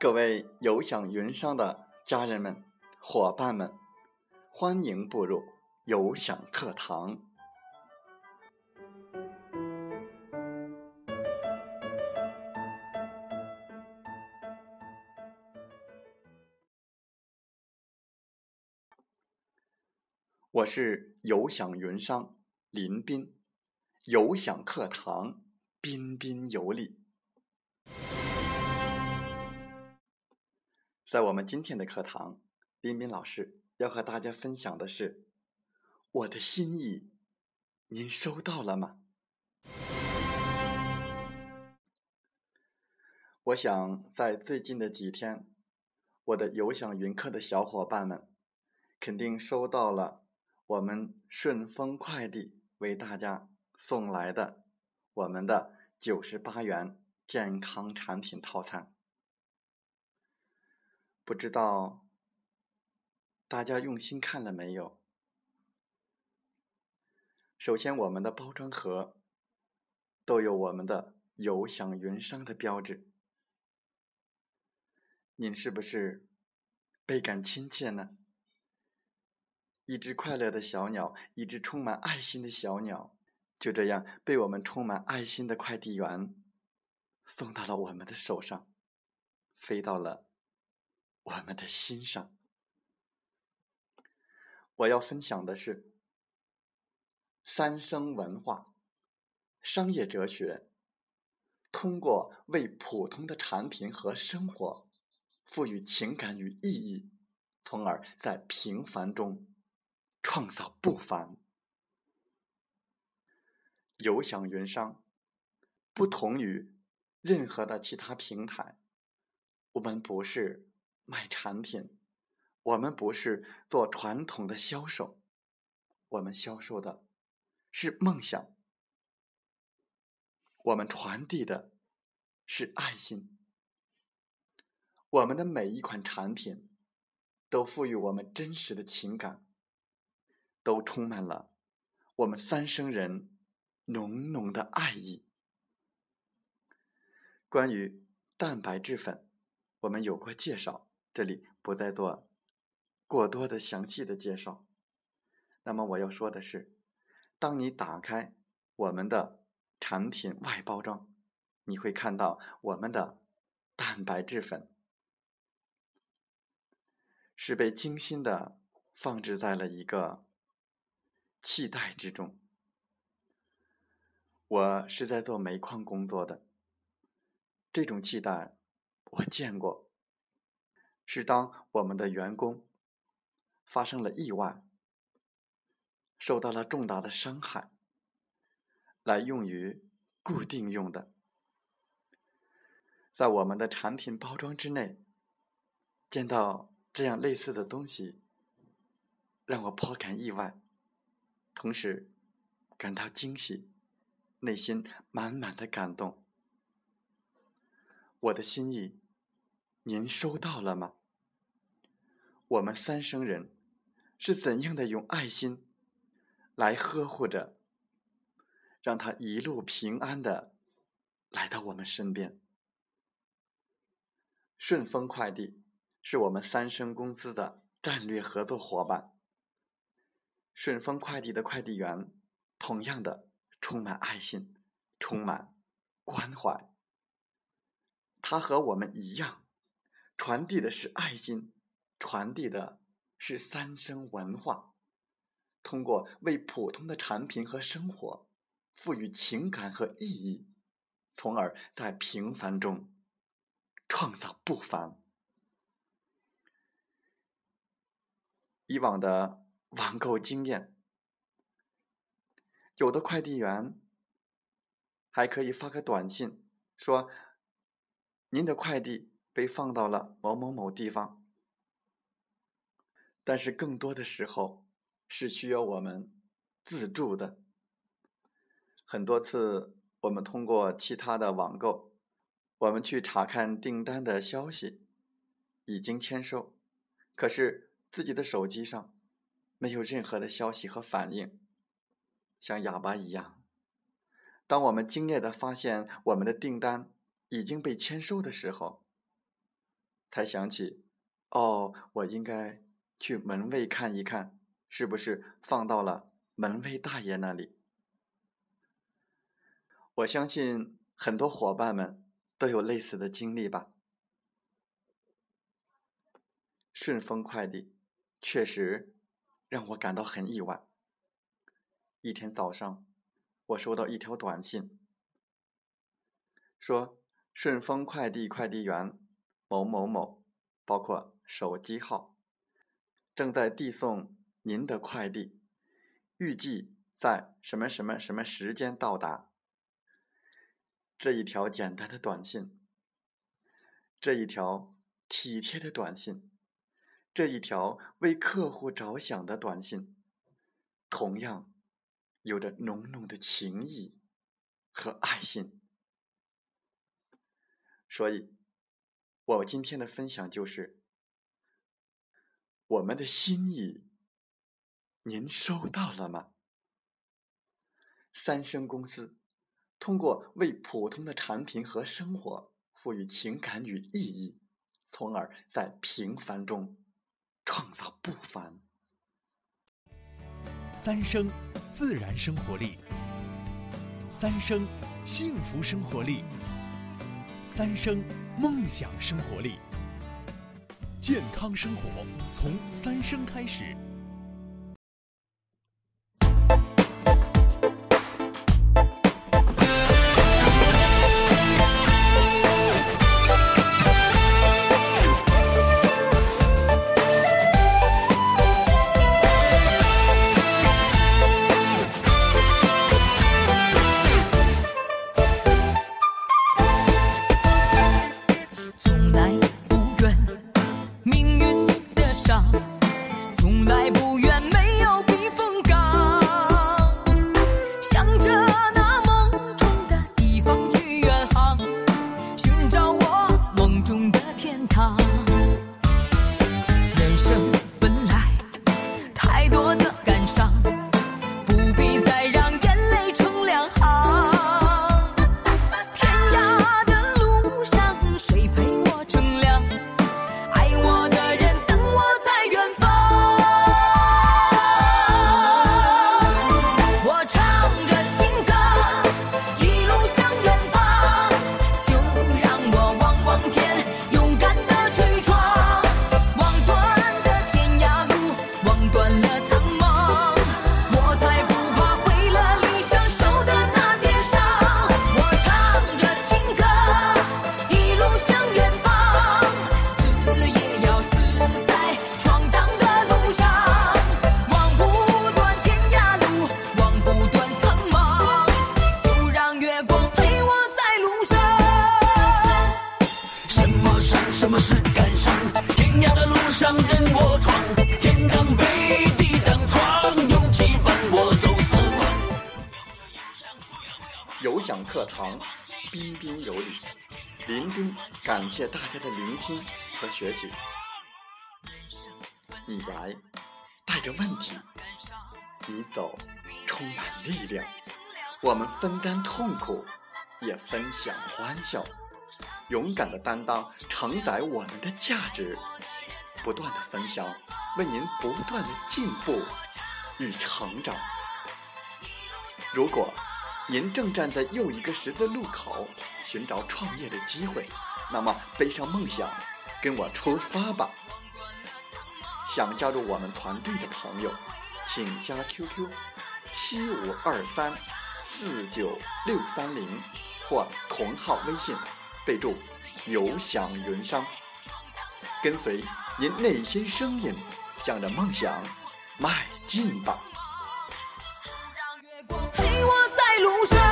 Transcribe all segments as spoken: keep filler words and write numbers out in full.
各位有享云商的家人们、伙伴们，欢迎步入有享课堂。我是有享云商林斌，有享课堂彬彬有礼。在我们今天的课堂，彬彬老师要和大家分享的是，我的心意，您收到了吗？我想在最近的几天，我的有享云课的小伙伴们肯定收到了我们顺丰快递为大家送来的我们的九十八元健康产品套餐。不知道大家用心看了没有？首先，我们的包装盒都有我们的有享云商的标志，您是不是倍感亲切呢？一只快乐的小鸟，一只充满爱心的小鸟，就这样被我们充满爱心的快递员送到了我们的手上，飞到了我们的心上。我要分享的是三生文化商业哲学，通过为普通的产品和生活赋予情感与意义，从而在平凡中创造不凡。有享云商不同于任何的其他平台，我们不是卖产品，我们不是做传统的销售，我们销售的是梦想，我们传递的是爱心。我们的每一款产品都赋予我们真实的情感，都充满了我们三生人浓浓的爱意。关于蛋白质粉，我们有过介绍，这里不再做过多的详细的介绍。那么我要说的是，当你打开我们的产品外包装，你会看到我们的蛋白质粉是被精心的放置在了一个气袋之中。我是在做煤矿工作的，这种气袋我见过，是当我们的员工发生了意外，受到了重大的伤害，来用于固定用的。在我们的产品包装之内见到这样类似的东西，让我颇感意外，同时感到惊喜，内心满满的感动。我的心意，您收到了吗？我们三生人是怎样的用爱心来呵护着，让他一路平安的来到我们身边。顺丰快递是我们三生公司的战略合作伙伴。顺丰快递的快递员同样的充满爱心，充满关怀。他和我们一样，传递的是爱心，传递的是三生文化，通过为普通的产品和生活赋予情感和意义，从而在平凡中创造不凡。以往的网购经验，有的快递员还可以发个短信说，您的快递被放到了某某某地方。但是更多的时候是需要我们自助的。很多次我们通过其他的网购，我们去查看订单的消息，已经签收，可是自己的手机上没有任何的消息和反应，像哑巴一样。当我们惊讶地发现我们的订单已经被签收的时候， 才想起，哦，我应该去门卫看一看，是不是放到了门卫大爷那里。我相信很多伙伴们都有类似的经历吧。顺丰快递确实让我感到很意外。一天早上，我收到一条短信，说顺丰快递快递员某某某，包括手机号，正在递送您的快递，预计在什么什么什么时间到达。这一条简单的短信，这一条体贴的短信，这一条为客户着想的短信，同样有着浓浓的情谊和爱心。所以我今天的分享就是，我们的心意您收到了吗？三生公司通过为普通的产品和生活赋予情感与意义，从而在平凡中创造不凡。 三生自然生活力，三生幸福生活力，三生梦想生活力。健康生活从三生开始。 什么是感伤？天涯的路上任我闯，天南北地当闯，勇气伴我走四方。 有享课堂，彬彬有礼。林彬感谢大家的聆听和学习。你来带着问题，你走充满力量。我们分担痛苦，也分享欢笑。勇敢的担当承载我们的价值，不断的分享，为您不断的进步与成长。如果您正站在又一个十字路口，寻找创业的机会，那么背上梦想，跟我出发吧。想加入我们团队的朋友，请加 Q Q 七五二三四九六三零或同号微信，备注有享云商，跟随您内心声音，向着梦想迈进吧。 陪我在路上，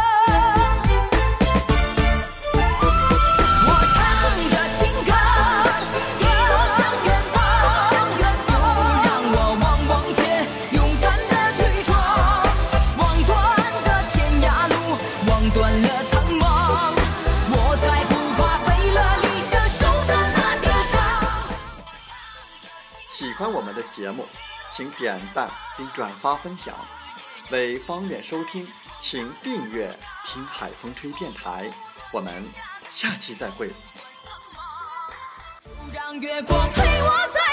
我唱着情歌，一路向远方，就让我望望天，勇敢的去闯，望断的天涯路，望断了苍茫，我才不怕为了理想守到那点上。 喜欢我们的节目，请点赞并转发分享。为方便收听，请订阅听海风吹电台。我们下期再会。 让月光陪我走。